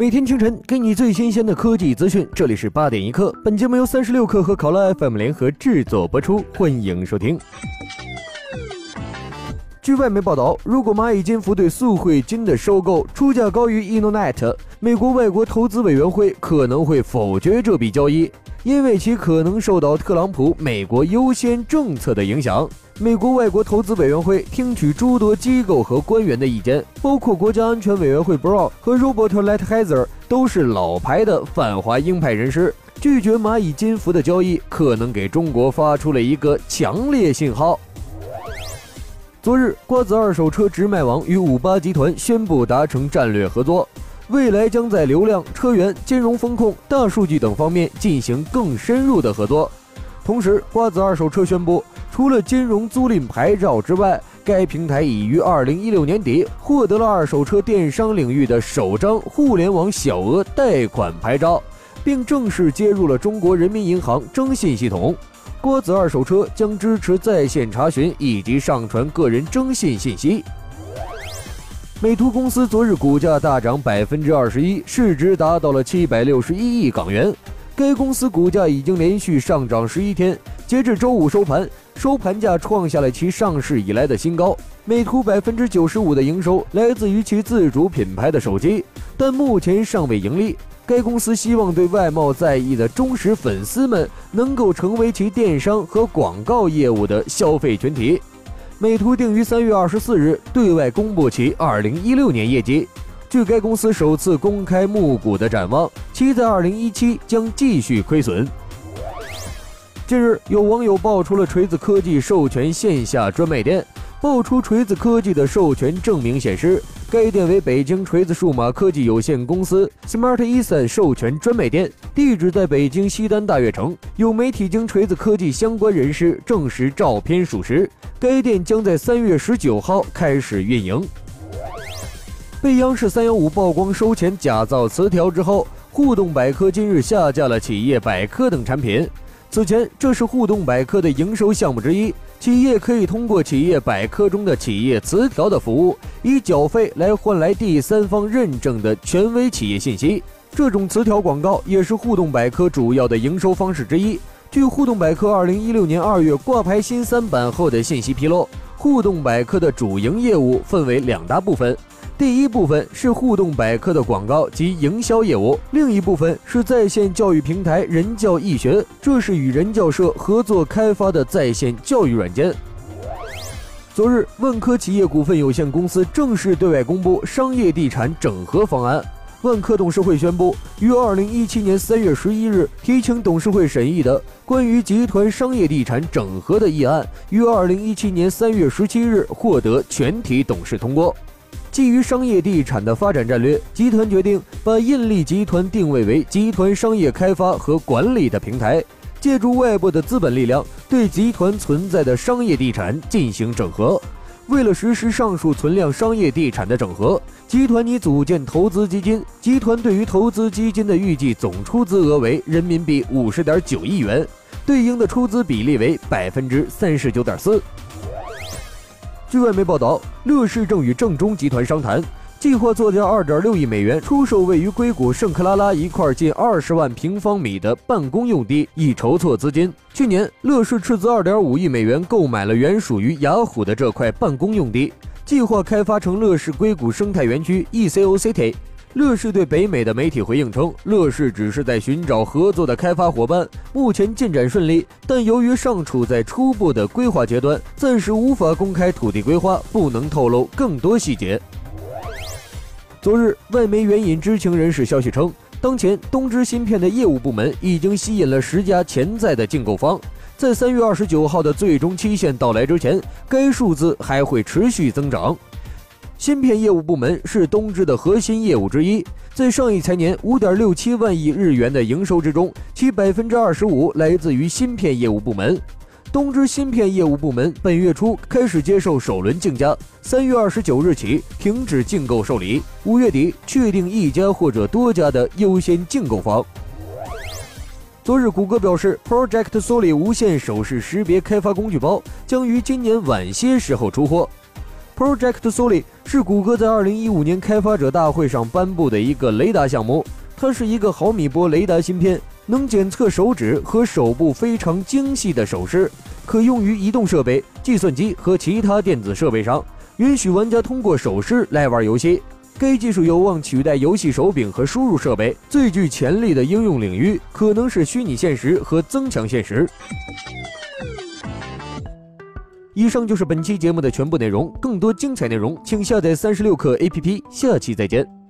每天清晨给你最新鲜的科技资讯，这里是8点一刻。本节目由36氪和考拉 FM 联合制作播出，欢迎收听。据外媒报道，如果蚂蚁金服对速汇金的收购出价高于 Inonet， 美国外国投资委员会可能会否决这笔交易，因为其可能受到特朗普美国优先政策的影响。美国外国投资委员会听取诸多机构和官员的意见，包括国家安全委员会 Brown 和 Robert Lighthizer 都是老牌的反华鹰派人士，拒绝蚂蚁金服的交易可能给中国发出了一个强烈信号。昨日，瓜子二手车直卖网与58集团宣布达成战略合作，未来将在流量、车源、金融风控、大数据等方面进行更深入的合作。同时，瓜子二手车宣布，除了金融租赁牌照之外，该平台已于2016年底获得了二手车电商领域的首张互联网小额贷款牌照，并正式接入了中国人民银行征信系统。瓜子二手车将支持在线查询以及上传个人征信信息。美图公司昨日股价大涨21%，市值达到了761亿港元。该公司股价已经连续上涨11天，截至周五收盘，收盘价创下了其上市以来的新高。美图95%的营收来自于其自主品牌的手机，但目前尚未盈利。该公司希望对外貌在意的忠实粉丝们能够成为其电商和广告业务的消费群体。美图定于3月24日对外公布其2016年业绩。据该公司首次公开募股的展望，其在2017将继续亏损。近日，有网友爆出了锤子科技授权线下专卖店，爆出锤子科技的授权证明显示，该店为北京锤子数码科技有限公司 Smart Esan 授权专卖店，地址在北京西单大悦城。有媒体经锤子科技相关人士证实照片属实，该店将在3月19号开始运营。被央视315曝光收钱假造词条之后，互动百科今日下架了企业百科等产品。此前，这是互动百科的营收项目之一，企业可以通过企业百科中的企业词条的服务，以缴费来换来第三方认证的权威企业信息。这种词条广告也是互动百科主要的营收方式之一。据互动百科2016年2月挂牌新3版后的信息披露，互动百科的主营业务分为2大部分。第一部分是互动百科的广告及营销业务，另一部分是在线教育平台人教易学，这是与人教社合作开发的在线教育软件。昨日，万科企业股份有限公司正式对外公布商业地产整合方案。万科董事会宣布，于2017年3月11日提请董事会审议的关于集团商业地产整合的议案，于2017年3月17日获得全体董事通过。基于商业地产的发展战略，集团决定把印力集团定位为集团商业开发和管理的平台，借助外部的资本力量，对集团存在的商业地产进行整合。为了实施上述存量商业地产的整合，集团拟组建投资基金，集团对于投资基金的预计总出资额为人民币50.9亿元，对应的出资比例为39.4%。据外媒报道，乐视正与正中集团商谈，计划作价2.6亿美元出售位于硅谷圣克拉拉一块近20万平方米的办公用地，以筹措资金。去年，乐视斥资2.5亿美元购买了原属于雅虎的这块办公用地，计划开发成乐视硅谷生态园区 ECO City。乐视对北美的媒体回应称，乐视只是在寻找合作的开发伙伴，目前进展顺利，但由于尚处在初步的规划阶段，暂时无法公开土地规划，不能透露更多细节。昨日，外媒援引知情人士消息称，当前东芝芯片的业务部门已经吸引了10家潜在的竞购方，在3月29号的最终期限到来之前，该数字还会持续增长。芯片业务部门是东芝的核心业务之一，在上一财年5.67万亿日元的营收之中，其25%来自于芯片业务部门。东芝芯片业务部门本月初开始接受首轮竞价，3月29日起停止竞购受理，5月底确定1家或者多家的优先竞购方。昨日，谷歌表示 Project Soli 无线手势识别开发工具包将于今年晚些时候出货。 Project Soli 是谷歌在2015年开发者大会上颁布的一个雷达项目，它是一个毫米波雷达芯片，能检测手指和手部非常精细的手势，可用于移动设备、计算机和其他电子设备上，允许玩家通过手势来玩游戏。该技术有望取代游戏手柄和输入设备，最具潜力的应用领域可能是虚拟现实和增强现实。以上就是本期节目的全部内容，更多精彩内容请下载36氪 APP，下期再见。